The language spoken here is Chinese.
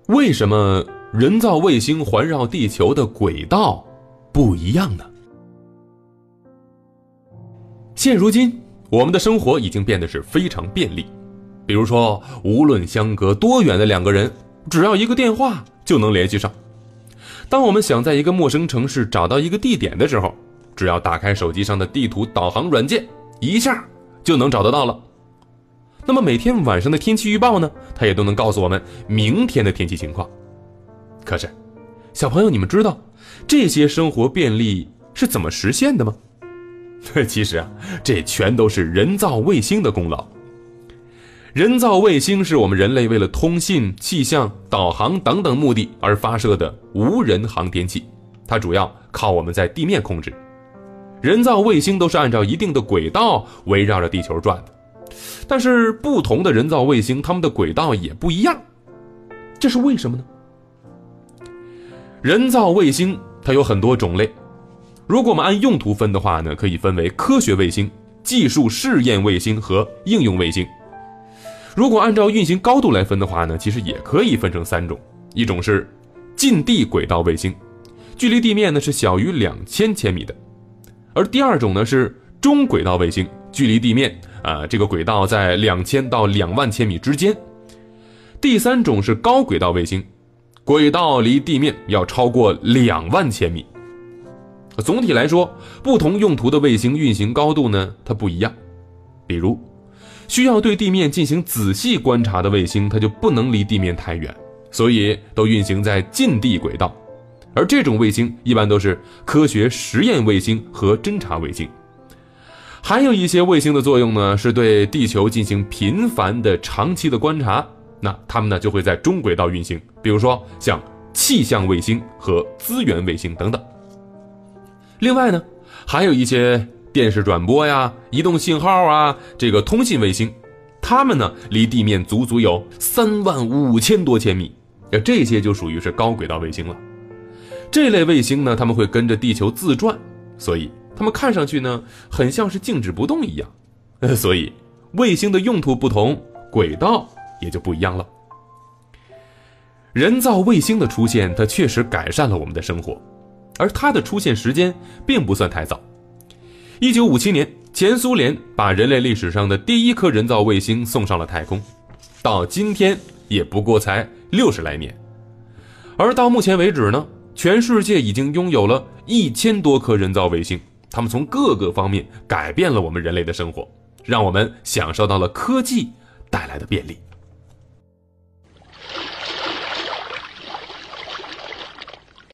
为什么人造卫星环绕地球的轨道不一样呢？现如今，我们的生活已经变得是非常便利。比如说，无论相隔多远的两个人，只要一个电话就能联系上。当我们想在一个陌生城市找到一个地点的时候，只要打开手机上的地图导航软件，一下就能找得到了。那么每天晚上的天气预报呢，它也都能告诉我们明天的天气情况。可是，小朋友，你们知道这些生活便利是怎么实现的吗？其实啊，这全都是人造卫星的功劳。人造卫星是我们人类为了通信、气象、导航等等目的而发射的无人航天器，它主要靠我们在地面控制。人造卫星都是按照一定的轨道围绕着地球转的，但是不同的人造卫星，它们的轨道也不一样，这是为什么呢？人造卫星它有很多种类，如果我们按用途分的话呢，可以分为科学卫星、技术试验卫星和应用卫星。如果按照运行高度来分的话呢，其实也可以分成3种，一种是近地轨道卫星，距离地面呢是小于2000千米的，而第2种呢是中轨道卫星，距离地面这个轨道在2000到2万千米之间。第3种是高轨道卫星，轨道离地面要超过2万千米。总体来说，不同用途的卫星运行高度呢，它不一样。比如，需要对地面进行仔细观察的卫星，它就不能离地面太远，所以都运行在近地轨道。而这种卫星一般都是科学实验卫星和侦察卫星。还有一些卫星的作用呢，是对地球进行频繁的长期的观察，那它们呢就会在中轨道运行，比如说像气象卫星和资源卫星等等。另外呢，还有一些电视转播呀、移动信号啊，这个通信卫星，它们呢离地面足足有35000多千米，这些就属于是高轨道卫星了。这类卫星呢，它们会跟着地球自转，所以它们看上去呢很像是静止不动一样，所以卫星的用途不同，轨道也就不一样了。人造卫星的出现，它确实改善了我们的生活，而它的出现时间并不算太早。1957年，前苏联把人类历史上的第1颗人造卫星送上了太空，到今天也不过才60来年。而到目前为止呢，全世界已经拥有了1000多颗人造卫星，它们从各个方面改变了我们人类的生活，让我们享受到了科技带来的便利。